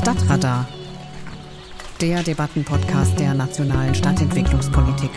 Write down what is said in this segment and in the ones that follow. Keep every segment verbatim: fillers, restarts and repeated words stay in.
Stadtradar, der Debattenpodcast der nationalen Stadtentwicklungspolitik.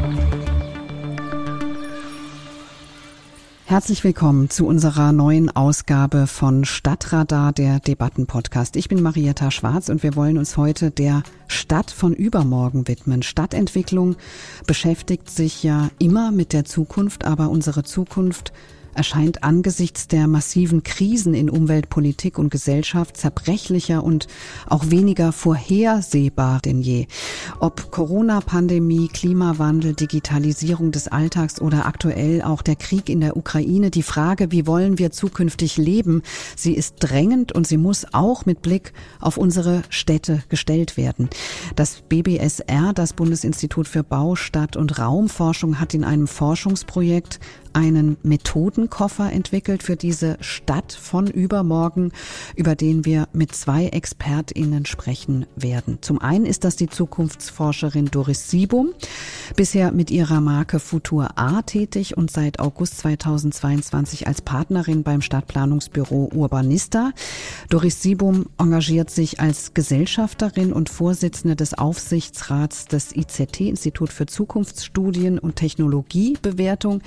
Herzlich willkommen zu unserer neuen Ausgabe von Stadtradar, der Debattenpodcast. Ich bin Marietta Schwarz und wir wollen uns heute der Stadt von übermorgen widmen. Stadtentwicklung beschäftigt sich ja immer mit der Zukunft, aber unsere Zukunft erscheint angesichts der massiven Krisen in Umwelt, Politik und Gesellschaft zerbrechlicher und auch weniger vorhersehbar denn je. Ob Corona-Pandemie, Klimawandel, Digitalisierung des Alltags oder aktuell auch der Krieg in der Ukraine, die Frage, wie wollen wir zukünftig leben, sie ist drängend und sie muss auch mit Blick auf unsere Städte gestellt werden. Das B B S R, das Bundesinstitut für Bau, Stadt- und Raumforschung, hat in einem Forschungsprojekt einen Methodenkoffer entwickelt für diese Stadt von übermorgen, über den wir mit zwei ExpertInnen sprechen werden. Zum einen ist das die Zukunftsforscherin Doris Siebum, bisher mit ihrer Marke Futur A tätig und seit August zweitausendzweiundzwanzig als Partnerin beim Stadtplanungsbüro Urbanista. Doris Siebum engagiert sich als Gesellschafterin und Vorsitzende des Aufsichtsrats des I Z T, Institut für Zukunftsstudien und Technologiebewertung,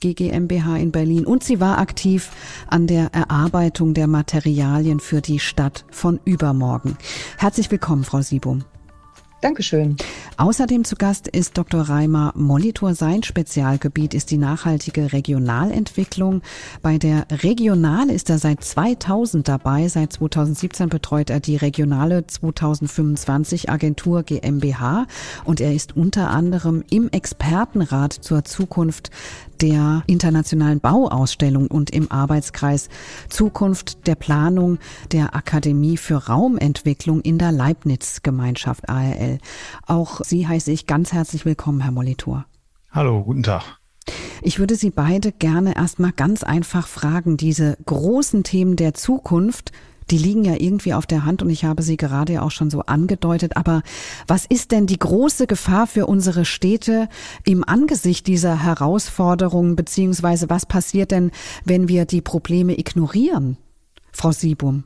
GmbH in Berlin, und sie war aktiv an der Erarbeitung der Materialien für die Stadt von übermorgen. Herzlich willkommen, Frau Siebum. Dankeschön. Außerdem zu Gast ist Doktor Reimer Molitor. Sein Spezialgebiet ist die nachhaltige Regionalentwicklung. Bei der Regionale ist er seit zweitausend dabei. Seit zweitausendsiebzehn betreut er die Regionale zweitausendfünfundzwanzig Agentur GmbH und er ist unter anderem im Expertenrat zur Zukunft der internationalen Bauausstellung und im Arbeitskreis Zukunft der Planung der Akademie für Raumentwicklung in der Leibniz-Gemeinschaft A R L. Auch Sie heiße ich ganz herzlich willkommen, Herr Molitor. Hallo, guten Tag. Ich würde Sie beide gerne erstmal ganz einfach fragen, diese großen Themen der Zukunft, die liegen ja irgendwie auf der Hand und ich habe sie gerade ja auch schon so angedeutet. Aber was ist denn die große Gefahr für unsere Städte im Angesicht dieser Herausforderungen, beziehungsweise was passiert denn, wenn wir die Probleme ignorieren? Frau Siebum.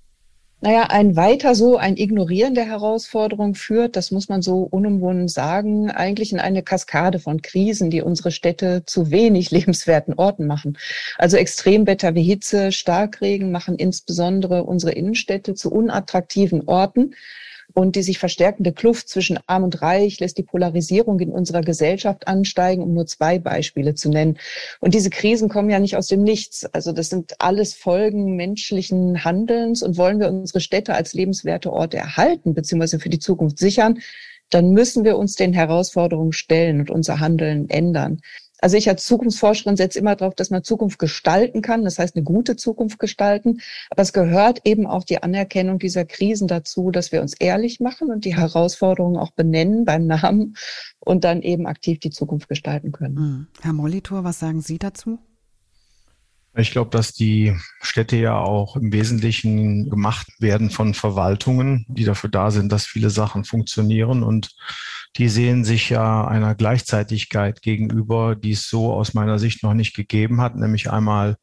Naja, ein weiter so, ein Ignorieren der Herausforderung führt, das muss man so unumwunden sagen, eigentlich in eine Kaskade von Krisen, die unsere Städte zu wenig lebenswerten Orten machen. Also Extremwetter wie Hitze, Starkregen machen insbesondere unsere Innenstädte zu unattraktiven Orten. Und die sich verstärkende Kluft zwischen Arm und Reich lässt die Polarisierung in unserer Gesellschaft ansteigen, um nur zwei Beispiele zu nennen. Und diese Krisen kommen ja nicht aus dem Nichts. Also das sind alles Folgen menschlichen Handelns. Und wollen wir unsere Städte als lebenswerte Orte erhalten, beziehungsweise für die Zukunft sichern, dann müssen wir uns den Herausforderungen stellen und unser Handeln ändern. Also ich als Zukunftsforscherin setze immer darauf, dass man Zukunft gestalten kann, das heißt eine gute Zukunft gestalten. Aber es gehört eben auch die Anerkennung dieser Krisen dazu, dass wir uns ehrlich machen und die Herausforderungen auch benennen beim Namen und dann eben aktiv die Zukunft gestalten können. Herr Molitor, was sagen Sie dazu? Ich glaube, dass die Städte ja auch im Wesentlichen gemacht werden von Verwaltungen, die dafür da sind, dass viele Sachen funktionieren. Und die sehen sich ja einer Gleichzeitigkeit gegenüber, die es so aus meiner Sicht noch nicht gegeben hat, nämlich einmal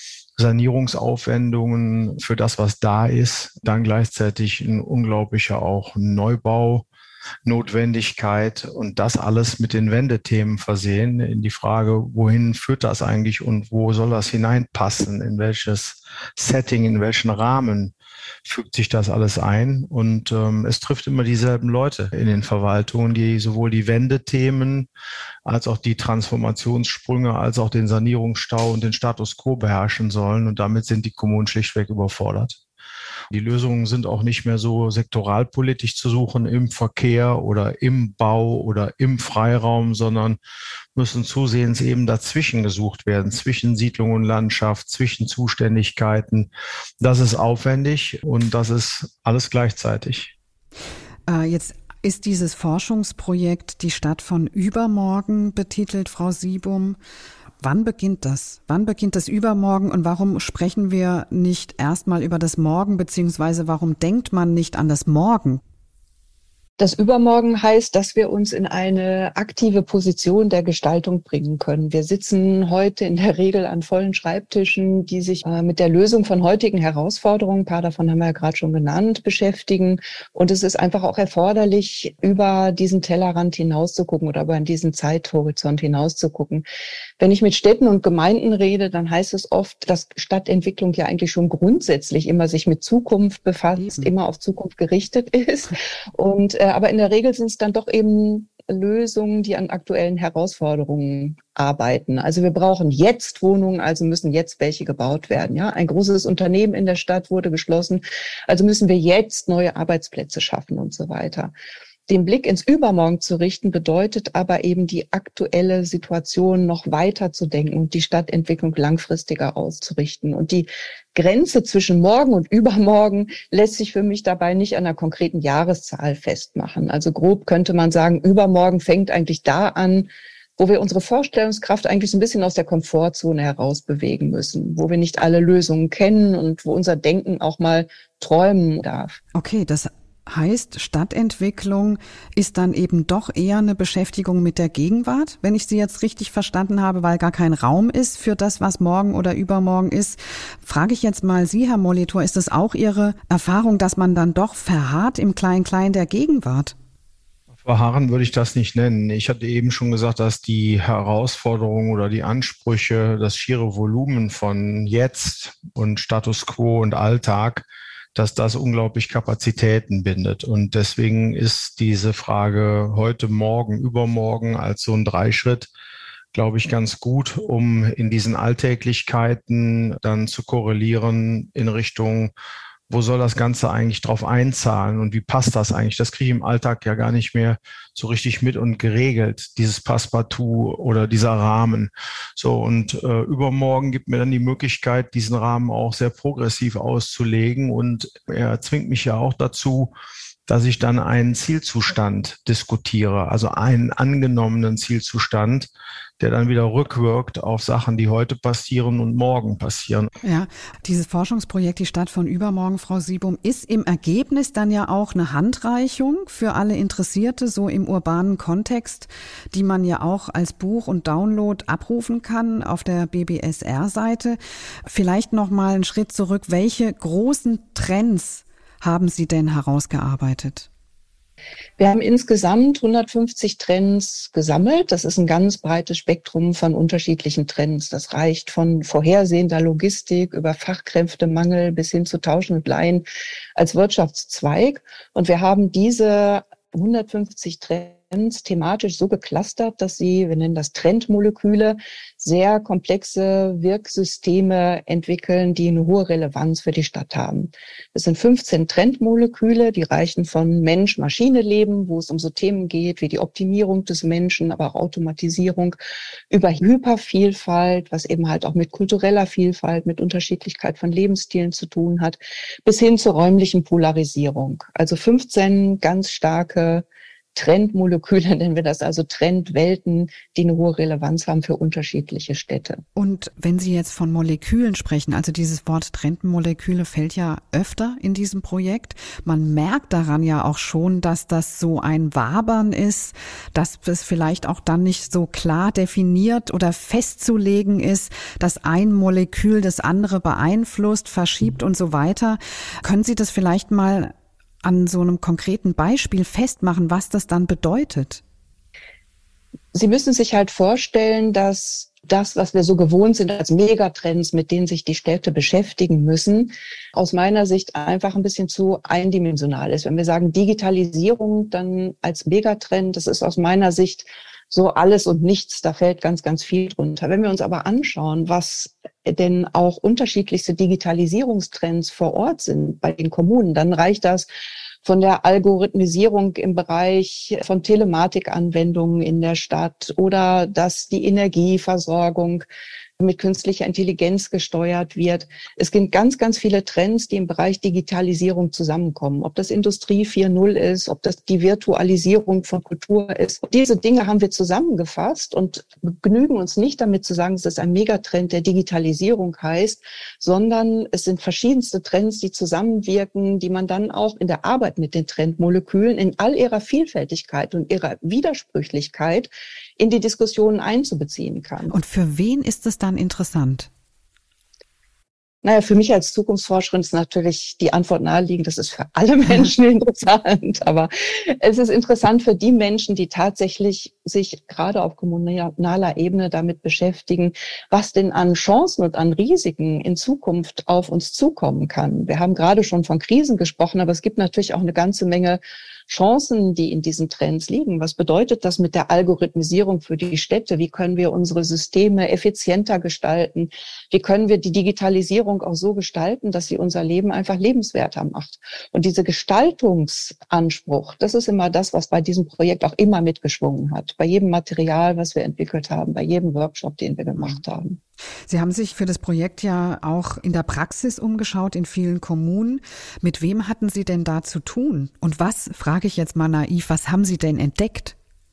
Sanierungsaufwendungen für das, was da ist, dann gleichzeitig ein unglaublicher auch Neubau. Notwendigkeit und das alles mit den Wendethemen versehen, in die Frage, wohin führt das eigentlich und wo soll das hineinpassen, in welches Setting, in welchen Rahmen fügt sich das alles ein. Und ähm, es trifft immer dieselben Leute in den Verwaltungen, die sowohl die Wendethemen als auch die Transformationssprünge, als auch den Sanierungsstau und den Status quo beherrschen sollen. Und damit sind die Kommunen schlichtweg überfordert. Die Lösungen sind auch nicht mehr so sektoralpolitisch zu suchen im Verkehr oder im Bau oder im Freiraum, sondern müssen zusehends eben dazwischen gesucht werden, zwischen Siedlung und Landschaft, zwischen Zuständigkeiten. Das ist aufwendig und das ist alles gleichzeitig. Äh, jetzt ist dieses Forschungsprojekt Die Stadt von übermorgen betitelt, Frau Siebum. Wann beginnt das? Wann beginnt das Übermorgen und warum sprechen wir nicht erstmal über das Morgen, beziehungsweise warum denkt man nicht an das Morgen? Das Übermorgen heißt, dass wir uns in eine aktive Position der Gestaltung bringen können. Wir sitzen heute in der Regel an vollen Schreibtischen, die sich äh, mit der Lösung von heutigen Herausforderungen, ein paar davon haben wir ja gerade schon genannt, beschäftigen. Und es ist einfach auch erforderlich, über diesen Tellerrand hinauszugucken oder über diesen Zeithorizont hinauszugucken. Wenn ich mit Städten und Gemeinden rede, dann heißt es oft, dass Stadtentwicklung ja eigentlich schon grundsätzlich immer sich mit Zukunft befasst, immer auf Zukunft gerichtet ist. Und äh, aber in der Regel sind es dann doch eben Lösungen, die an aktuellen Herausforderungen arbeiten. Also wir brauchen jetzt Wohnungen, also müssen jetzt welche gebaut werden. Ja, ein großes Unternehmen in der Stadt wurde geschlossen, also müssen wir jetzt neue Arbeitsplätze schaffen und so weiter. Den Blick ins Übermorgen zu richten, bedeutet aber eben die aktuelle Situation noch weiter zu denken und die Stadtentwicklung langfristiger auszurichten. Und die Grenze zwischen morgen und übermorgen lässt sich für mich dabei nicht an einer konkreten Jahreszahl festmachen. Also grob könnte man sagen, übermorgen fängt eigentlich da an, wo wir unsere Vorstellungskraft eigentlich so ein bisschen aus der Komfortzone heraus bewegen müssen, wo wir nicht alle Lösungen kennen und wo unser Denken auch mal träumen darf. Okay, das heißt, Stadtentwicklung ist dann eben doch eher eine Beschäftigung mit der Gegenwart, wenn ich Sie jetzt richtig verstanden habe, weil gar kein Raum ist für das, was morgen oder übermorgen ist. Frage ich jetzt mal Sie, Herr Molitor, ist es auch Ihre Erfahrung, dass man dann doch verharrt im Klein-Klein der Gegenwart? Verharren würde ich das nicht nennen. Ich hatte eben schon gesagt, dass die Herausforderungen oder die Ansprüche, das schiere Volumen von jetzt und Status quo und Alltag, dass das unglaublich Kapazitäten bindet. Und deswegen ist diese Frage heute, morgen, übermorgen als so ein Dreischritt, glaube ich, ganz gut, um in diesen Alltäglichkeiten dann zu korrelieren in Richtung, wo soll das Ganze eigentlich drauf einzahlen und wie passt das eigentlich? Das kriege ich im Alltag ja gar nicht mehr so richtig mit und geregelt, dieses Passepartout oder dieser Rahmen. So, und äh, übermorgen gibt mir dann die Möglichkeit, diesen Rahmen auch sehr progressiv auszulegen, und er zwingt mich ja auch dazu, dass ich dann einen Zielzustand diskutiere, also einen angenommenen Zielzustand, der dann wieder rückwirkt auf Sachen, die heute passieren und morgen passieren. Ja, dieses Forschungsprojekt, die Stadt von übermorgen, Frau Siebum, ist im Ergebnis dann ja auch eine Handreichung für alle Interessierte, so im urbanen Kontext, die man ja auch als Buch und Download abrufen kann auf der B B S R-Seite. Vielleicht noch mal einen Schritt zurück. Welche großen Trends haben Sie denn herausgearbeitet? Wir haben insgesamt hundertfünfzig Trends gesammelt. Das ist ein ganz breites Spektrum von unterschiedlichen Trends. Das reicht von vorhersehender Logistik über Fachkräftemangel bis hin zu Tauschen und Leihen als Wirtschaftszweig. Und wir haben diese hundertfünfzig Trends thematisch so geclustert, dass sie, wir nennen das Trendmoleküle, sehr komplexe Wirksysteme entwickeln, die eine hohe Relevanz für die Stadt haben. Es sind fünfzehn Trendmoleküle, die reichen von Mensch-Maschine-Leben, wo es um so Themen geht wie die Optimierung des Menschen, aber auch Automatisierung, über Hypervielfalt, was eben halt auch mit kultureller Vielfalt, mit Unterschiedlichkeit von Lebensstilen zu tun hat, bis hin zur räumlichen Polarisierung. Also fünfzehn ganz starke Trendmoleküle, nennen wir das, also Trendwelten, die eine hohe Relevanz haben für unterschiedliche Städte. Und wenn Sie jetzt von Molekülen sprechen, also dieses Wort Trendmoleküle fällt ja öfter in diesem Projekt. Man merkt daran ja auch schon, dass das so ein Wabern ist, dass es vielleicht auch dann nicht so klar definiert oder festzulegen ist, dass ein Molekül das andere beeinflusst, verschiebt und so weiter. Können Sie das vielleicht mal an so einem konkreten Beispiel festmachen, was das dann bedeutet? Sie müssen sich halt vorstellen, dass das, was wir so gewohnt sind als Megatrends, mit denen sich die Städte beschäftigen müssen, aus meiner Sicht einfach ein bisschen zu eindimensional ist. Wenn wir sagen Digitalisierung dann als Megatrend, das ist aus meiner Sicht so alles und nichts, da fällt ganz, ganz viel drunter. Wenn wir uns aber anschauen, was denn auch unterschiedlichste Digitalisierungstrends vor Ort sind bei den Kommunen, dann reicht das von der Algorithmisierung im Bereich von Telematikanwendungen in der Stadt oder dass die Energieversorgung mit künstlicher Intelligenz gesteuert wird. Es gibt ganz, ganz viele Trends, die im Bereich Digitalisierung zusammenkommen. Ob das Industrie vier Punkt null ist, ob das die Virtualisierung von Kultur ist. Diese Dinge haben wir zusammengefasst und begnügen uns nicht damit zu sagen, es ist ein Megatrend der Digitalisierung. Urbanisierung heißt, sondern es sind verschiedenste Trends, die zusammenwirken, die man dann auch in der Arbeit mit den Trendmolekülen in all ihrer Vielfältigkeit und ihrer Widersprüchlichkeit in die Diskussionen einzubeziehen kann. Und für wen ist es dann interessant? Naja, für mich als Zukunftsforscherin ist natürlich die Antwort naheliegend, das ist für alle Menschen interessant. Aber es ist interessant für die Menschen, die tatsächlich sich gerade auf kommunaler Ebene damit beschäftigen, was denn an Chancen und an Risiken in Zukunft auf uns zukommen kann. Wir haben gerade schon von Krisen gesprochen, aber es gibt natürlich auch eine ganze Menge Chancen, die in diesen Trends liegen. Was bedeutet das mit der Algorithmisierung für die Städte? Wie können wir unsere Systeme effizienter gestalten? Wie können wir die Digitalisierung auch so gestalten, dass sie unser Leben einfach lebenswerter macht? Und dieser Gestaltungsanspruch, das ist immer das, was bei diesem Projekt auch immer mitgeschwungen hat. Bei jedem Material, was wir entwickelt haben, bei jedem Workshop, den wir gemacht haben. Sie haben sich für das Projekt ja auch in der Praxis umgeschaut, in vielen Kommunen. Mit wem hatten Sie denn da zu tun? Und was, frage ich jetzt mal naiv, was haben Sie denn entdeckt?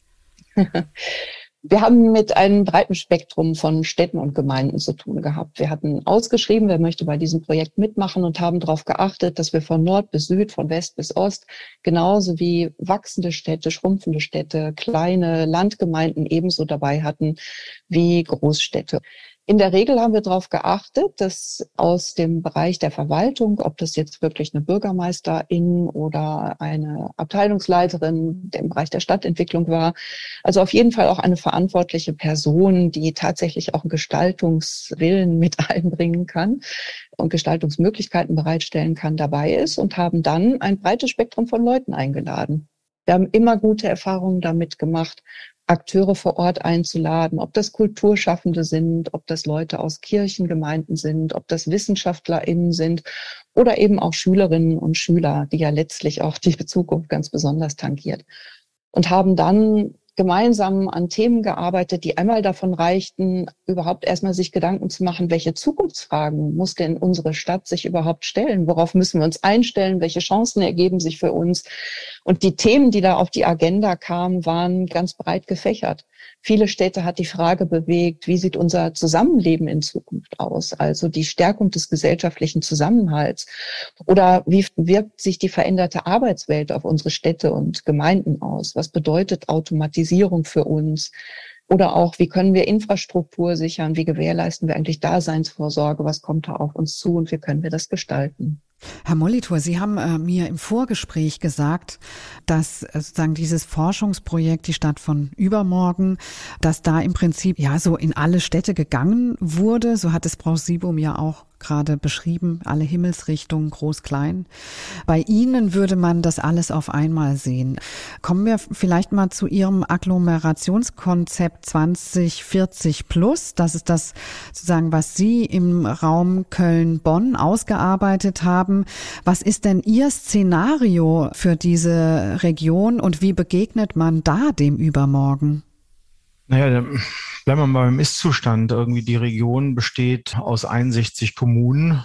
Wir haben mit einem breiten Spektrum von Städten und Gemeinden zu tun gehabt. Wir hatten ausgeschrieben, wer möchte bei diesem Projekt mitmachen und haben darauf geachtet, dass wir von Nord bis Süd, von West bis Ost, genauso wie wachsende Städte, schrumpfende Städte, kleine Landgemeinden ebenso dabei hatten wie Großstädte. In der Regel haben wir darauf geachtet, dass aus dem Bereich der Verwaltung, ob das jetzt wirklich eine Bürgermeisterin oder eine Abteilungsleiterin, der im Bereich der Stadtentwicklung war, also auf jeden Fall auch eine verantwortliche Person, die tatsächlich auch einen Gestaltungswillen mit einbringen kann und Gestaltungsmöglichkeiten bereitstellen kann, dabei ist, und haben dann ein breites Spektrum von Leuten eingeladen. Wir haben immer gute Erfahrungen damit gemacht, Akteure vor Ort einzuladen, ob das Kulturschaffende sind, ob das Leute aus Kirchengemeinden sind, ob das WissenschaftlerInnen sind oder eben auch Schülerinnen und Schüler, die ja letztlich auch die Zukunft ganz besonders tangiert. Und haben dann gemeinsam an Themen gearbeitet, die einmal davon reichten, überhaupt erstmal sich Gedanken zu machen, welche Zukunftsfragen muss denn unsere Stadt sich überhaupt stellen? Worauf müssen wir uns einstellen? Welche Chancen ergeben sich für uns? Und die Themen, die da auf die Agenda kamen, waren ganz breit gefächert. Viele Städte hat die Frage bewegt, wie sieht unser Zusammenleben in Zukunft aus? Also die Stärkung des gesellschaftlichen Zusammenhalts. Oder wie wirkt sich die veränderte Arbeitswelt auf unsere Städte und Gemeinden aus? Was bedeutet Automatisierung für uns? Oder auch, wie können wir Infrastruktur sichern? Wie gewährleisten wir eigentlich Daseinsvorsorge? Was kommt da auf uns zu und wie können wir das gestalten? Herr Molitor, Sie haben äh, mir im Vorgespräch gesagt, dass äh, sozusagen dieses Forschungsprojekt, die Stadt von übermorgen, dass da im Prinzip ja so in alle Städte gegangen wurde. So hat es Frau Siebum ja auch gerade beschrieben, alle Himmelsrichtungen, groß, klein. Bei Ihnen würde man das alles auf einmal sehen. Kommen wir vielleicht mal zu Ihrem Agglomerationskonzept zwanzig vierzig plus. Das ist das sozusagen, was Sie im Raum Köln-Bonn ausgearbeitet haben. Was ist denn Ihr Szenario für diese Region und wie begegnet man da dem Übermorgen? Naja, dann bleiben wir mal beim Ist-Zustand. Irgendwie die Region besteht aus einundsechzig Kommunen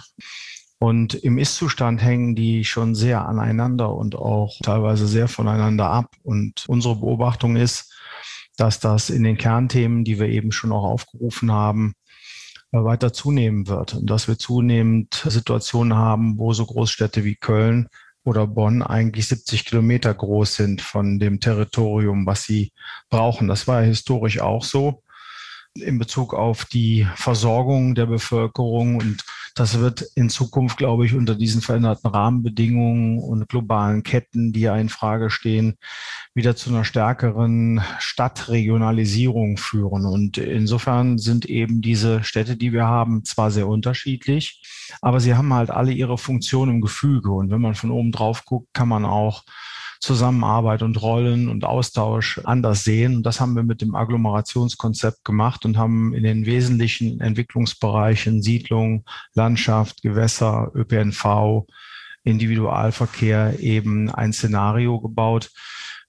und im Ist-Zustand hängen die schon sehr aneinander und auch teilweise sehr voneinander ab. Und unsere Beobachtung ist, dass das in den Kernthemen, die wir eben schon auch aufgerufen haben, weiter zunehmen wird und dass wir zunehmend Situationen haben, wo so Großstädte wie Köln oder Bonn eigentlich siebzig Kilometer groß sind von dem Territorium, was sie brauchen. Das war ja historisch auch so in Bezug auf die Versorgung der Bevölkerung. Und das wird in Zukunft, glaube ich, unter diesen veränderten Rahmenbedingungen und globalen Ketten, die ja in Frage stehen, wieder zu einer stärkeren Stadtregionalisierung führen. Und insofern sind eben diese Städte, die wir haben, zwar sehr unterschiedlich, aber sie haben halt alle ihre Funktion im Gefüge. Und wenn man von oben drauf guckt, kann man auch Zusammenarbeit und Rollen und Austausch anders sehen. Und das haben wir mit dem Agglomerationskonzept gemacht und haben in den wesentlichen Entwicklungsbereichen Siedlung, Landschaft, Gewässer, Ö P N V, Individualverkehr eben ein Szenario gebaut,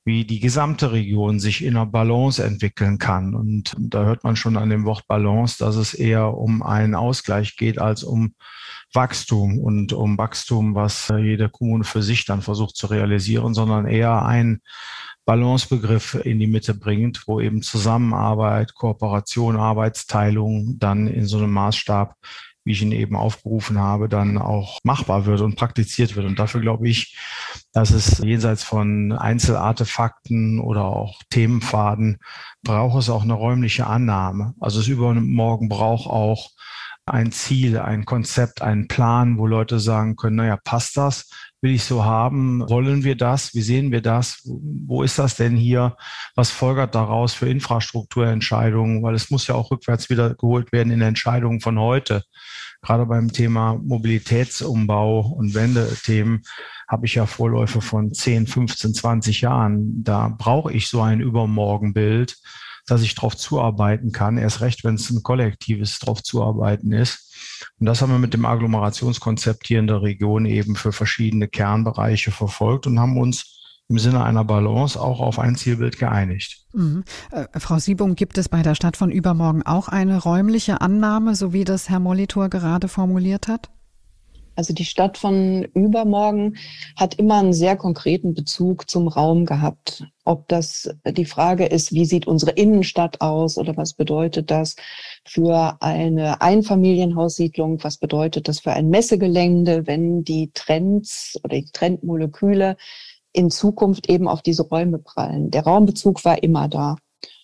wie die gesamte Region sich in einer Balance entwickeln kann. Und da hört man schon an dem Wort Balance, dass es eher um einen Ausgleich geht als um Wachstum und um Wachstum, was jede Kommune für sich dann versucht zu realisieren, sondern eher ein Balancebegriff in die Mitte bringt, wo eben Zusammenarbeit, Kooperation, Arbeitsteilung dann in so einem Maßstab, wie ich ihn eben aufgerufen habe, dann auch machbar wird und praktiziert wird. Und dafür glaube ich, dass es jenseits von Einzelartefakten oder auch Themenpfaden braucht es auch eine räumliche Annahme. Also das Übermorgen braucht auch ein Ziel, ein Konzept, einen Plan, wo Leute sagen können, naja, passt das? Will ich so haben? Wollen wir das? Wie sehen wir das? Wo ist das denn hier? Was folgert daraus für Infrastrukturentscheidungen? Weil es muss ja auch rückwärts wieder geholt werden in Entscheidungen von heute. Gerade beim Thema Mobilitätsumbau und Wendethemen habe ich ja Vorläufe von zehn, fünfzehn, zwanzig Jahren. Da brauche ich so ein Übermorgenbild, dass ich darauf zuarbeiten kann. Erst recht, wenn es ein kollektives darauf zuarbeiten ist. Und das haben wir mit dem Agglomerationskonzept hier in der Region eben für verschiedene Kernbereiche verfolgt und haben uns im Sinne einer Balance auch auf ein Zielbild geeinigt. Mhm. Äh, Frau Siebung, gibt es bei der Stadt von übermorgen auch eine räumliche Annahme, so wie das Herr Molitor gerade formuliert hat? Also die Stadt von übermorgen hat immer einen sehr konkreten Bezug zum Raum gehabt. Ob das die Frage ist, wie sieht unsere Innenstadt aus oder was bedeutet das für eine Einfamilienhaussiedlung, was bedeutet das für ein Messegelände, wenn die Trends oder die Trendmoleküle in Zukunft eben auf diese Räume prallen. Der Raumbezug war immer da.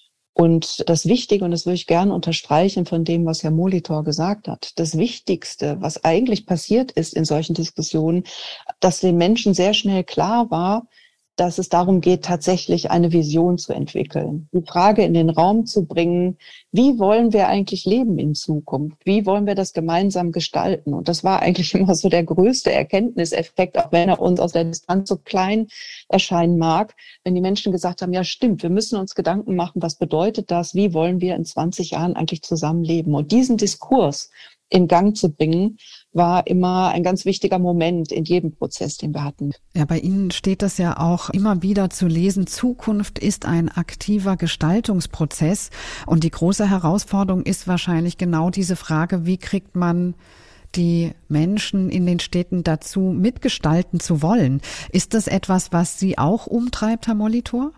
Und das Wichtige, und das würde ich gerne unterstreichen von dem, was Herr Molitor gesagt hat, das Wichtigste, was eigentlich passiert ist in solchen Diskussionen, dass den Menschen sehr schnell klar war, dass es darum geht, tatsächlich eine Vision zu entwickeln. Die Frage in den Raum zu bringen, wie wollen wir eigentlich leben in Zukunft? Wie wollen wir das gemeinsam gestalten? Und das war eigentlich immer so der größte Erkenntniseffekt, auch wenn er uns aus der Distanz so klein erscheinen mag, wenn die Menschen gesagt haben, ja stimmt, wir müssen uns Gedanken machen, was bedeutet das? Wie wollen wir in zwanzig Jahren eigentlich zusammenleben? Und diesen Diskurs in Gang zu bringen, war immer ein ganz wichtiger Moment in jedem Prozess, den wir hatten. Ja, bei Ihnen steht das ja auch immer wieder zu lesen. Zukunft ist ein aktiver Gestaltungsprozess. Und die große Herausforderung ist wahrscheinlich genau diese Frage, wie kriegt man die Menschen in den Städten dazu, mitgestalten zu wollen? Ist das etwas, was Sie auch umtreibt, Herr Molitor?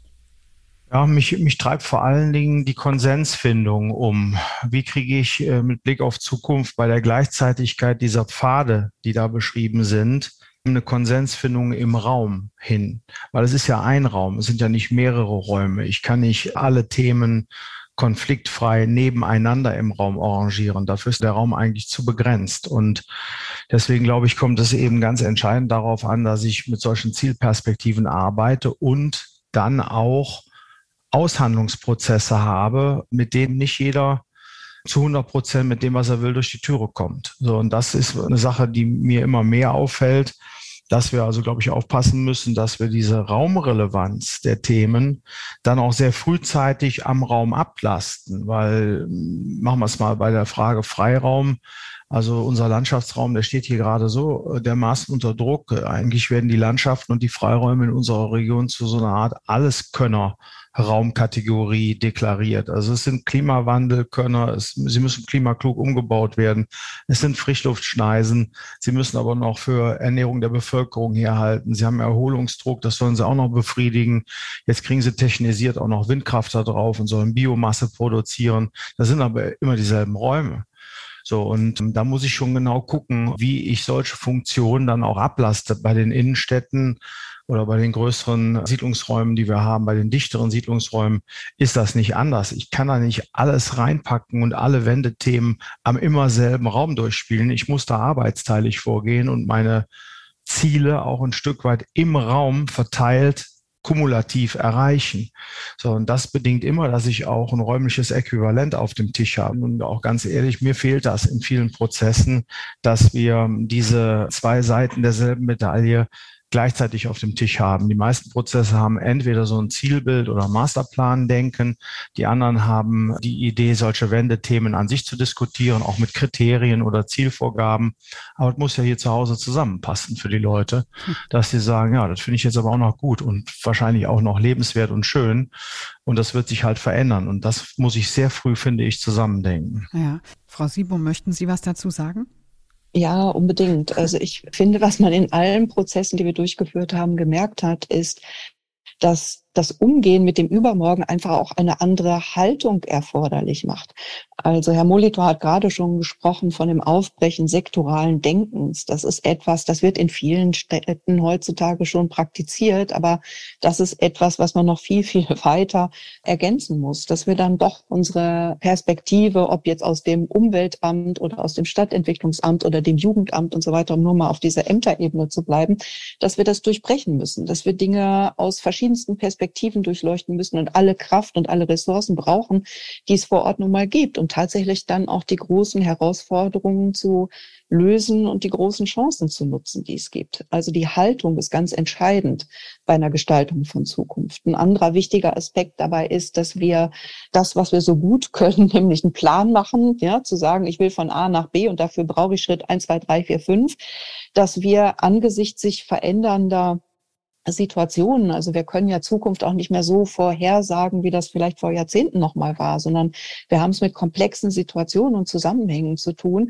Ja, mich, mich treibt vor allen Dingen die Konsensfindung um. Wie kriege ich äh, mit Blick auf Zukunft bei der Gleichzeitigkeit dieser Pfade, die da beschrieben sind, eine Konsensfindung im Raum hin? Weil es ist ja ein Raum, es sind ja nicht mehrere Räume. Ich kann nicht alle Themen konfliktfrei nebeneinander im Raum arrangieren. Dafür ist der Raum eigentlich zu begrenzt. Und deswegen, glaube ich, kommt es eben ganz entscheidend darauf an, dass ich mit solchen Zielperspektiven arbeite und dann auch Aushandlungsprozesse habe, mit denen nicht jeder zu hundert Prozent mit dem, was er will, durch die Türe kommt. So, und das ist eine Sache, die mir immer mehr auffällt, dass wir also, glaube ich, aufpassen müssen, dass wir diese Raumrelevanz der Themen dann auch sehr frühzeitig am Raum ablasten, weil, machen wir es mal bei der Frage Freiraum, also unser Landschaftsraum, der steht hier gerade so dermaßen unter Druck. Eigentlich werden die Landschaften und die Freiräume in unserer Region zu so einer Art Alleskönner Raumkategorie deklariert. Also es sind Klimawandelkönner, es, sie müssen klimaklug umgebaut werden. Es sind Frischluftschneisen. Sie müssen aber noch für Ernährung der Bevölkerung herhalten. Sie haben Erholungsdruck, das sollen sie auch noch befriedigen. Jetzt kriegen sie technisiert auch noch Windkraft da drauf und sollen Biomasse produzieren. Das sind aber immer dieselben Räume. So, und da muss ich schon genau gucken, wie ich solche Funktionen dann auch ablaste bei den Innenstädten oder bei den größeren Siedlungsräumen, die wir haben, bei den dichteren Siedlungsräumen, ist das nicht anders. Ich kann da nicht alles reinpacken und alle Wendethemen am immer selben Raum durchspielen. Ich muss da arbeitsteilig vorgehen und meine Ziele auch ein Stück weit im Raum verteilt kumulativ erreichen. So, und das bedingt immer, dass ich auch ein räumliches Äquivalent auf dem Tisch habe. Und auch ganz ehrlich, mir fehlt das in vielen Prozessen, dass wir diese zwei Seiten derselben Medaille gleichzeitig auf dem Tisch haben. Die meisten Prozesse haben entweder so ein Zielbild oder Masterplan-Denken. Die anderen haben die Idee, solche Wendethemen an sich zu diskutieren, auch mit Kriterien oder Zielvorgaben. Aber es muss ja hier zu Hause zusammenpassen für die Leute, dass sie sagen, ja, das finde ich jetzt aber auch noch gut und wahrscheinlich auch noch lebenswert und schön. Und das wird sich halt verändern. Und das muss ich sehr früh, finde ich, zusammendenken. Ja. Frau Siebohm, möchten Sie was dazu sagen? Ja, unbedingt. Also ich finde, was man in allen Prozessen, die wir durchgeführt haben, gemerkt hat, ist, dass das Umgehen mit dem Übermorgen einfach auch eine andere Haltung erforderlich macht. Also Herr Molitor hat gerade schon gesprochen von dem Aufbrechen sektoralen Denkens. Das ist etwas, das wird in vielen Städten heutzutage schon praktiziert, aber das ist etwas, was man noch viel, viel weiter ergänzen muss, dass wir dann doch unsere Perspektive, ob jetzt aus dem Umweltamt oder aus dem Stadtentwicklungsamt oder dem Jugendamt und so weiter, um nur mal auf dieser Ämterebene zu bleiben, dass wir das durchbrechen müssen, dass wir Dinge aus verschiedensten Perspektiven Perspektiven durchleuchten müssen und alle Kraft und alle Ressourcen brauchen, die es vor Ort nun mal gibt, um tatsächlich dann auch die großen Herausforderungen zu lösen und die großen Chancen zu nutzen, die es gibt. Also die Haltung ist ganz entscheidend bei einer Gestaltung von Zukunft. Ein anderer wichtiger Aspekt dabei ist, dass wir das, was wir so gut können, nämlich einen Plan machen, ja, zu sagen, ich will von A nach B und dafür brauche ich Schritt eins, zwei, drei, vier, fünf, dass wir angesichts sich verändernder Situationen, also wir können ja Zukunft auch nicht mehr so vorhersagen, wie das vielleicht vor Jahrzehnten nochmal war, sondern wir haben es mit komplexen Situationen und Zusammenhängen zu tun.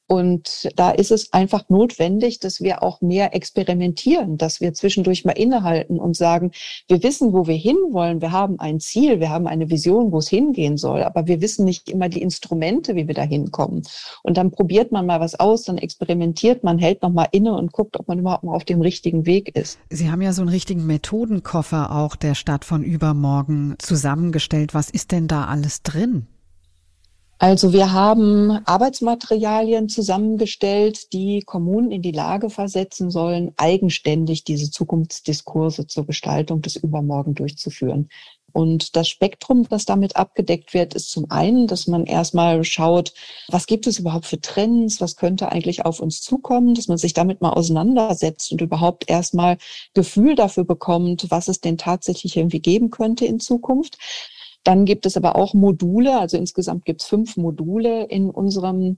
Und da ist es einfach notwendig, dass wir auch mehr experimentieren, dass wir zwischendurch mal innehalten und sagen, wir wissen, wo wir hinwollen, wir haben ein Ziel, wir haben eine Vision, wo es hingehen soll, aber wir wissen nicht immer die Instrumente, wie wir da hinkommen. Und dann probiert man mal was aus, dann experimentiert man, hält noch mal inne und guckt, ob man überhaupt mal auf dem richtigen Weg ist. Sie haben ja so einen richtigen Methodenkoffer auch der Stadt von übermorgen zusammengestellt. Was ist denn da alles drin? Also wir haben Arbeitsmaterialien zusammengestellt, die Kommunen in die Lage versetzen sollen, eigenständig diese Zukunftsdiskurse zur Gestaltung des Übermorgen durchzuführen. Und das Spektrum, das damit abgedeckt wird, ist zum einen, dass man erstmal schaut, was gibt es überhaupt für Trends, was könnte eigentlich auf uns zukommen, dass man sich damit mal auseinandersetzt und überhaupt erstmal Gefühl dafür bekommt, was es denn tatsächlich irgendwie geben könnte in Zukunft. Dann gibt es aber auch Module, also insgesamt gibt es fünf Module in unserem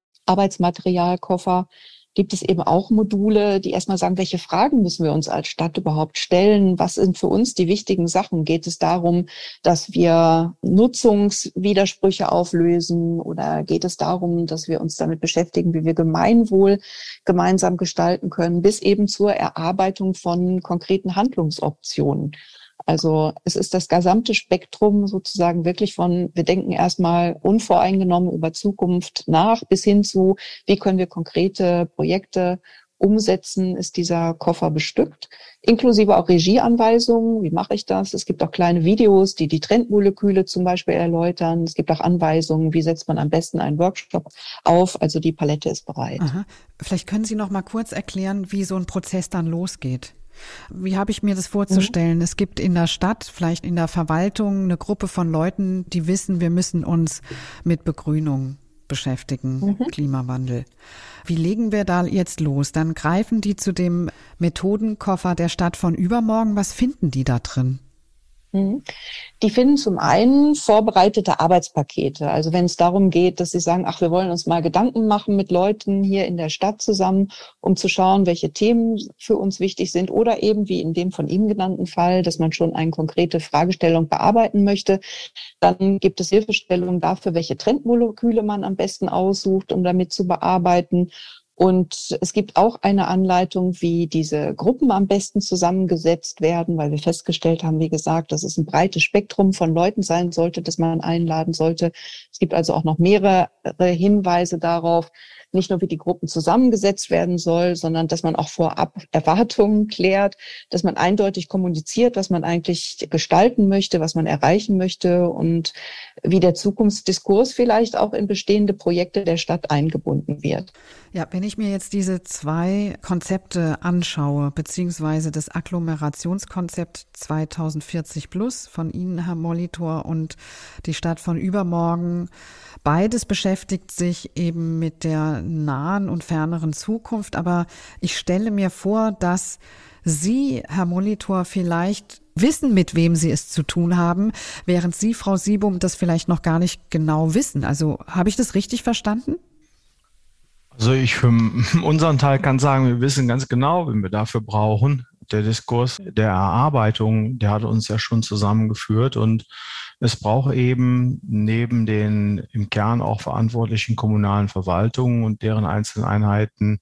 Arbeitsmaterialkoffer. Gibt es eben auch Module, die erstmal sagen, welche Fragen müssen wir uns als Stadt überhaupt stellen? Was sind für uns die wichtigen Sachen? Geht es darum, dass wir Nutzungswidersprüche auflösen oder geht es darum, dass wir uns damit beschäftigen, wie wir Gemeinwohl gemeinsam gestalten können, bis eben zur Erarbeitung von konkreten Handlungsoptionen? Also es ist das gesamte Spektrum sozusagen wirklich von, wir denken erstmal unvoreingenommen über Zukunft nach, bis hin zu, wie können wir konkrete Projekte umsetzen, ist dieser Koffer bestückt. Inklusive auch Regieanweisungen, wie mache ich das? Es gibt auch kleine Videos, die die Trendmoleküle zum Beispiel erläutern. Es gibt auch Anweisungen, wie setzt man am besten einen Workshop auf. Also die Palette ist bereit. Aha. Vielleicht können Sie noch mal kurz erklären, wie so ein Prozess dann losgeht. Wie habe ich mir das vorzustellen? Mhm. Es gibt in der Stadt, vielleicht in der Verwaltung, eine Gruppe von Leuten, die wissen, wir müssen uns mit Begrünung beschäftigen, mhm. Klimawandel. Wie legen wir da jetzt los? Dann greifen die zu dem Methodenkoffer der Stadt von übermorgen. Was finden die da drin? Die finden zum einen vorbereitete Arbeitspakete. Also wenn es darum geht, dass sie sagen, ach, wir wollen uns mal Gedanken machen mit Leuten hier in der Stadt zusammen, um zu schauen, welche Themen für uns wichtig sind oder eben wie in dem von Ihnen genannten Fall, dass man schon eine konkrete Fragestellung bearbeiten möchte. Dann gibt es Hilfestellungen dafür, welche Trendmoleküle man am besten aussucht, um damit zu bearbeiten. Und es gibt auch eine Anleitung, wie diese Gruppen am besten zusammengesetzt werden, weil wir festgestellt haben, wie gesagt, dass es ein breites Spektrum von Leuten sein sollte, das man einladen sollte. Es gibt also auch noch mehrere Hinweise darauf, nicht nur wie die Gruppen zusammengesetzt werden soll, sondern dass man auch vorab Erwartungen klärt, dass man eindeutig kommuniziert, was man eigentlich gestalten möchte, was man erreichen möchte und wie der Zukunftsdiskurs vielleicht auch in bestehende Projekte der Stadt eingebunden wird. Ja, wenn ich mir jetzt diese zwei Konzepte anschaue, beziehungsweise das Agglomerationskonzept zweitausendvierzig plus von Ihnen, Herr Molitor, und die Stadt von übermorgen, beides beschäftigt sich eben mit der nahen und ferneren Zukunft, aber ich stelle mir vor, dass Sie, Herr Molitor, vielleicht wissen, mit wem Sie es zu tun haben, während Sie, Frau Siebum, das vielleicht noch gar nicht genau wissen. Also habe ich das richtig verstanden? Also ich für unseren Teil kann sagen, wir wissen ganz genau, wen wir dafür brauchen. Der Diskurs der Erarbeitung, der hat uns ja schon zusammengeführt und es braucht eben neben den im Kern auch verantwortlichen kommunalen Verwaltungen und deren einzelnen Einheiten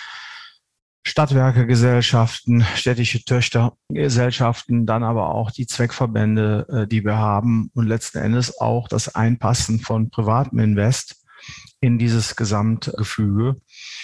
Stadtwerkegesellschaften, städtische Töchtergesellschaften, dann aber auch die Zweckverbände, die wir haben und letzten Endes auch das Einpassen von privatem Invest in dieses Gesamtgefüge.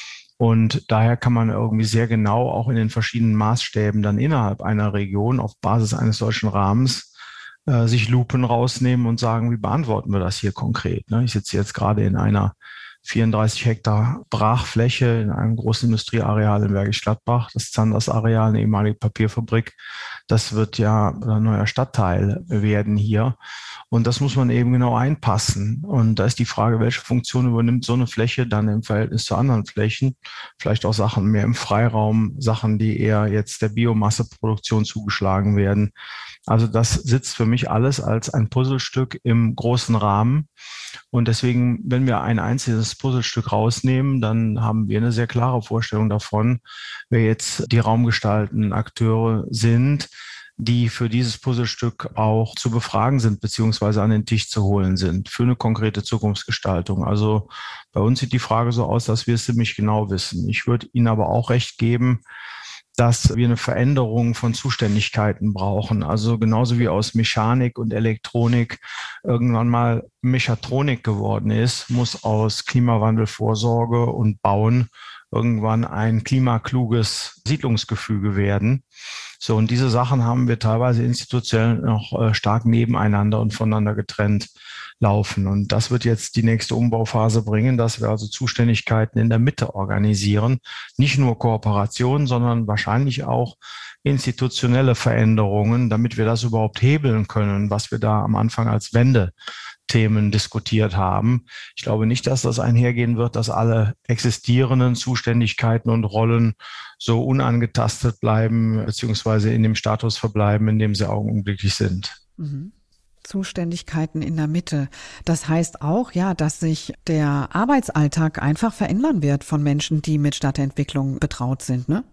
Und daher kann man irgendwie sehr genau auch in den verschiedenen Maßstäben dann innerhalb einer Region auf Basis eines solchen Rahmens äh, sich Lupen rausnehmen und sagen, wie beantworten wir das hier konkret? Ne? Ich sitze jetzt gerade in einer vierunddreißig Hektar Brachfläche in einem großen Industrieareal in Bergisch Gladbach, das Zanders-Areal, eine ehemalige Papierfabrik. Das wird ja ein neuer Stadtteil werden hier. Und das muss man eben genau einpassen. Und da ist die Frage, welche Funktion übernimmt so eine Fläche dann im Verhältnis zu anderen Flächen? Vielleicht auch Sachen mehr im Freiraum, Sachen, die eher jetzt der Biomasseproduktion zugeschlagen werden. Also das sitzt für mich alles als ein Puzzlestück im großen Rahmen. Und deswegen, wenn wir ein einzelnes Puzzlestück rausnehmen, dann haben wir eine sehr klare Vorstellung davon, wer jetzt die raumgestaltenden Akteure sind, die für dieses Puzzlestück auch zu befragen sind, beziehungsweise an den Tisch zu holen sind für eine konkrete Zukunftsgestaltung. Also bei uns sieht die Frage so aus, dass wir es ziemlich genau wissen. Ich würde Ihnen aber auch recht geben, dass wir eine Veränderung von Zuständigkeiten brauchen. Also genauso wie aus Mechanik und Elektronik irgendwann mal Mechatronik geworden ist, muss aus Klimawandelvorsorge und Bauen irgendwann ein klimakluges Siedlungsgefüge werden. So, und diese Sachen haben wir teilweise institutionell noch äh, stark nebeneinander und voneinander getrennt laufen. Und das wird jetzt die nächste Umbauphase bringen, dass wir also Zuständigkeiten in der Mitte organisieren. Nicht nur Kooperation, sondern wahrscheinlich auch institutionelle Veränderungen, damit wir das überhaupt hebeln können, was wir da am Anfang als Wendethemen diskutiert haben. Ich glaube nicht, dass das einhergehen wird, dass alle existierenden Zuständigkeiten und Rollen so unangetastet bleiben, beziehungsweise in dem Status verbleiben, in dem sie augenblicklich sind. Mhm. Zuständigkeiten in der Mitte. Das heißt auch, ja, dass sich der Arbeitsalltag einfach verändern wird von Menschen, die mit Stadtentwicklung betraut sind, ne?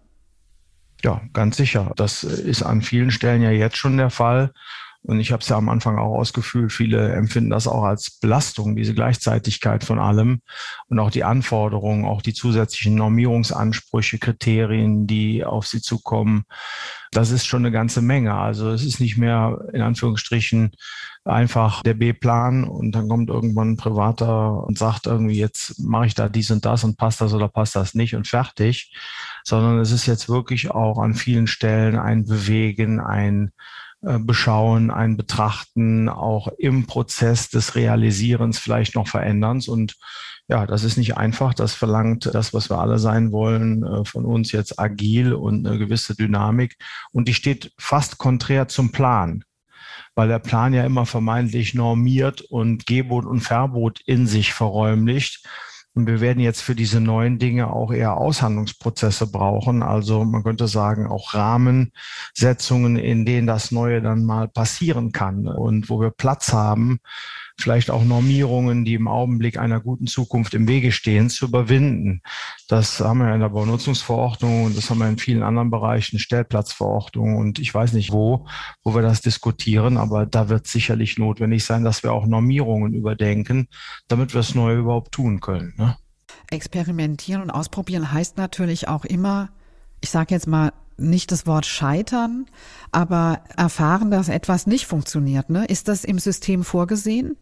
Ja, ganz sicher. Das ist an vielen Stellen ja jetzt schon der Fall. Und ich habe es ja am Anfang auch ausgeführt, viele empfinden das auch als Belastung, diese Gleichzeitigkeit von allem und auch die Anforderungen, auch die zusätzlichen Normierungsansprüche, Kriterien, die auf sie zukommen. Das ist schon eine ganze Menge. Also es ist nicht mehr in Anführungsstrichen einfach der B-Plan und dann kommt irgendwann ein Privater und sagt irgendwie, jetzt mache ich da dies und das und passt das oder passt das nicht und fertig, sondern es ist jetzt wirklich auch an vielen Stellen ein Bewegen, ein Beschauen, ein Betrachten, auch im Prozess des Realisierens vielleicht noch Veränderns. Und ja, das ist nicht einfach. Das verlangt das, was wir alle sein wollen, von uns jetzt agil und eine gewisse Dynamik. Und die steht fast konträr zum Plan, weil der Plan ja immer vermeintlich normiert und Gebot und Verbot in sich verräumlicht. Und wir werden jetzt für diese neuen Dinge auch eher Aushandlungsprozesse brauchen. Also man könnte sagen, auch Rahmensetzungen, in denen das Neue dann mal passieren kann und wo wir Platz haben, vielleicht auch Normierungen, die im Augenblick einer guten Zukunft im Wege stehen, zu überwinden. Das haben wir in der Baunutzungsverordnung und das haben wir in vielen anderen Bereichen, Stellplatzverordnung und ich weiß nicht wo, wo wir das diskutieren, aber da wird sicherlich notwendig sein, dass wir auch Normierungen überdenken, damit wir das Neue überhaupt tun können, ne? Experimentieren und ausprobieren heißt natürlich auch immer, ich sage jetzt mal, nicht das Wort scheitern, aber erfahren, dass etwas nicht funktioniert, ne? Ist das im System vorgesehen?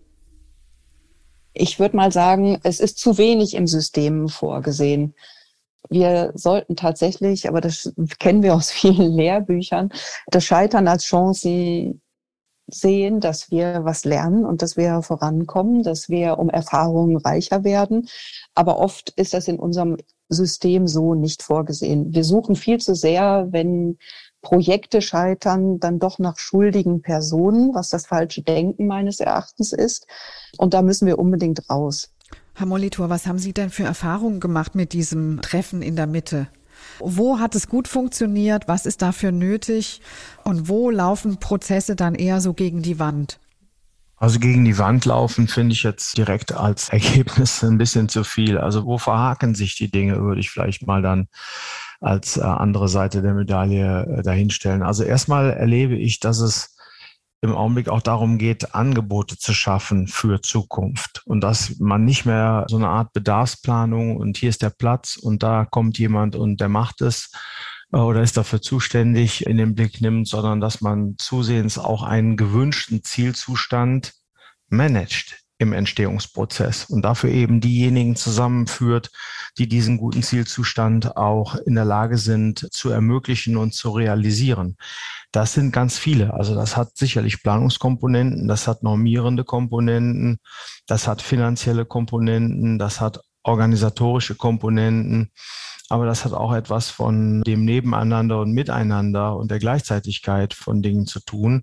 Ich würde mal sagen, es ist zu wenig im System vorgesehen. Wir sollten tatsächlich, aber das kennen wir aus vielen Lehrbüchern, das Scheitern als Chance sehen, dass wir was lernen und dass wir vorankommen, dass wir um Erfahrungen reicher werden. Aber oft ist das in unserem System so nicht vorgesehen. Wir suchen viel zu sehr, wenn Projekte scheitern, dann doch nach schuldigen Personen, was das falsche Denken meines Erachtens ist. Und da müssen wir unbedingt raus. Herr Molitor, was haben Sie denn für Erfahrungen gemacht mit diesem Treffen in der Mitte? Wo hat es gut funktioniert? Was ist dafür nötig? Und wo laufen Prozesse dann eher so gegen die Wand? Also gegen die Wand laufen finde ich jetzt direkt als Ergebnis ein bisschen zu viel. Also wo verhaken sich die Dinge, würde ich vielleicht mal dann als andere Seite der Medaille dahinstellen. Also erstmal erlebe ich, dass es im Augenblick auch darum geht, Angebote zu schaffen für Zukunft und dass man nicht mehr so eine Art Bedarfsplanung und hier ist der Platz und da kommt jemand und der macht es oder ist dafür zuständig in den Blick nimmt, sondern dass man zusehends auch einen gewünschten Zielzustand managt im Entstehungsprozess und dafür eben diejenigen zusammenführt, die diesen guten Zielzustand auch in der Lage sind zu ermöglichen und zu realisieren. Das sind ganz viele. Also das hat sicherlich Planungskomponenten, das hat normierende Komponenten, das hat finanzielle Komponenten, das hat organisatorische Komponenten. Aber das hat auch etwas von dem Nebeneinander und Miteinander und der Gleichzeitigkeit von Dingen zu tun.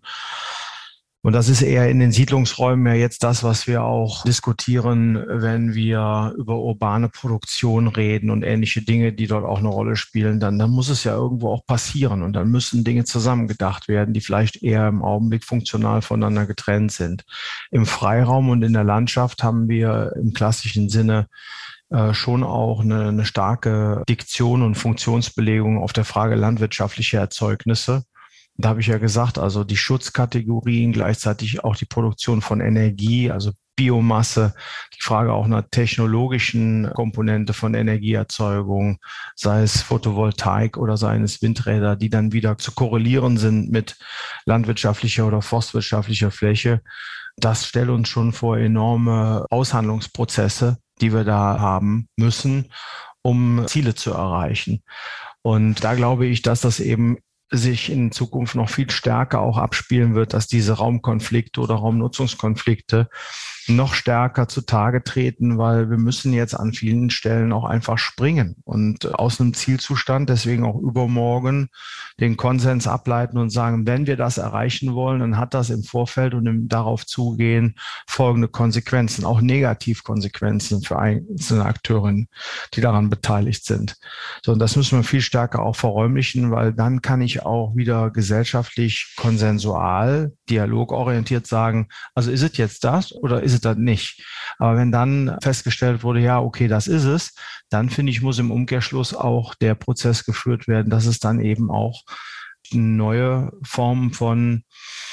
Und das ist eher in den Siedlungsräumen ja jetzt das, was wir auch diskutieren, wenn wir über urbane Produktion reden und ähnliche Dinge, die dort auch eine Rolle spielen. Dann, dann muss es ja irgendwo auch passieren und dann müssen Dinge zusammengedacht werden, die vielleicht eher im Augenblick funktional voneinander getrennt sind. Im Freiraum und in der Landschaft haben wir im klassischen Sinne schon auch eine, eine starke Diktion und Funktionsbelegung auf der Frage landwirtschaftliche Erzeugnisse. Da habe ich ja gesagt, also die Schutzkategorien, gleichzeitig auch die Produktion von Energie, also Biomasse, die Frage auch einer technologischen Komponente von Energieerzeugung, sei es Photovoltaik oder seien es Windräder, die dann wieder zu korrelieren sind mit landwirtschaftlicher oder forstwirtschaftlicher Fläche. Das stellt uns schon vor enorme Aushandlungsprozesse, die wir da haben müssen, um Ziele zu erreichen. Und da glaube ich, dass das eben sich in Zukunft noch viel stärker auch abspielen wird, dass diese Raumkonflikte oder Raumnutzungskonflikte noch stärker zutage treten, weil wir müssen jetzt an vielen Stellen auch einfach springen und aus einem Zielzustand, deswegen auch übermorgen den Konsens ableiten und sagen, wenn wir das erreichen wollen, dann hat das im Vorfeld und im darauf zugehen folgende Konsequenzen, auch Negativkonsequenzen für einzelne Akteurinnen, die daran beteiligt sind. So, und das müssen wir viel stärker auch verräumlichen, weil dann kann ich auch wieder gesellschaftlich konsensual, dialogorientiert sagen, also ist es jetzt das oder ist es das nicht? Aber wenn dann festgestellt wurde, ja, okay, das ist es, dann finde ich, muss im Umkehrschluss auch der Prozess geführt werden, dass es dann eben auch neue Formen von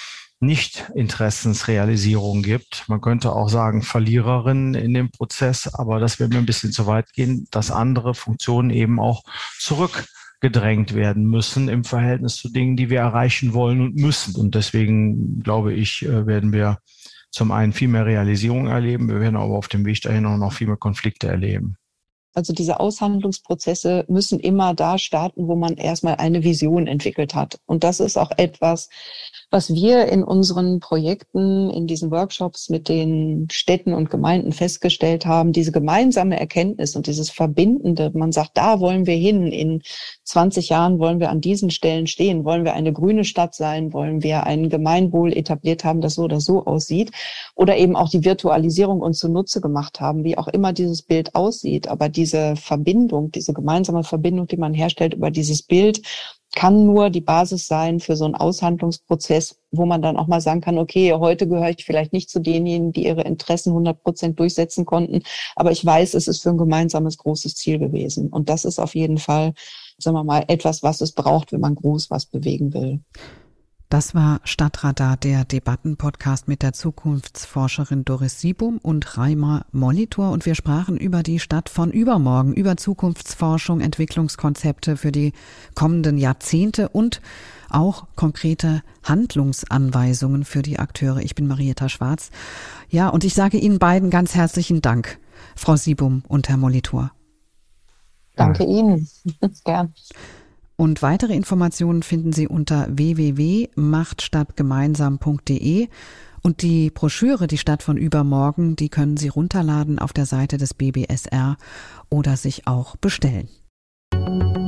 Nicht-Interessensrealisierung gibt. Man könnte auch sagen Verliererinnen in dem Prozess, aber das wird mir ein bisschen zu weit gehen, dass andere Funktionen eben auch zurückgedrängt werden müssen im Verhältnis zu Dingen, die wir erreichen wollen und müssen. Und deswegen, glaube ich, werden wir zum einen viel mehr Realisierung erleben, wir werden aber auf dem Weg dahin auch noch viel mehr Konflikte erleben. Also diese Aushandlungsprozesse müssen immer da starten, wo man erstmal eine Vision entwickelt hat. Und das ist auch etwas, was wir in unseren Projekten, in diesen Workshops mit den Städten und Gemeinden festgestellt haben, diese gemeinsame Erkenntnis und dieses Verbindende, man sagt, da wollen wir hin, in zwanzig Jahren wollen wir an diesen Stellen stehen, wollen wir eine grüne Stadt sein, wollen wir ein Gemeinwohl etabliert haben, das so oder so aussieht, oder eben auch die Virtualisierung uns zunutze gemacht haben, wie auch immer dieses Bild aussieht, aber diese Verbindung, diese gemeinsame Verbindung, die man herstellt über dieses Bild, kann nur die Basis sein für so einen Aushandlungsprozess, wo man dann auch mal sagen kann, okay, heute gehöre ich vielleicht nicht zu denjenigen, die ihre Interessen hundert Prozent durchsetzen konnten, aber ich weiß, es ist für ein gemeinsames großes Ziel gewesen. Und das ist auf jeden Fall, sagen wir mal, etwas, was es braucht, wenn man groß was bewegen will. Das war Stadtradar, der Debattenpodcast mit der Zukunftsforscherin Doris Siebum und Reimer Molitor. Und wir sprachen über die Stadt von übermorgen, über Zukunftsforschung, Entwicklungskonzepte für die kommenden Jahrzehnte und auch konkrete Handlungsanweisungen für die Akteure. Ich bin Marietta Schwarz. Ja, und ich sage Ihnen beiden ganz herzlichen Dank, Frau Siebum und Herr Molitor. Danke Ihnen. Gern. Und weitere Informationen finden Sie unter w w w punkt macht stadt gemeinsam punkt d e und die Broschüre Die Stadt von übermorgen, die können Sie runterladen auf der Seite des B B S R oder sich auch bestellen.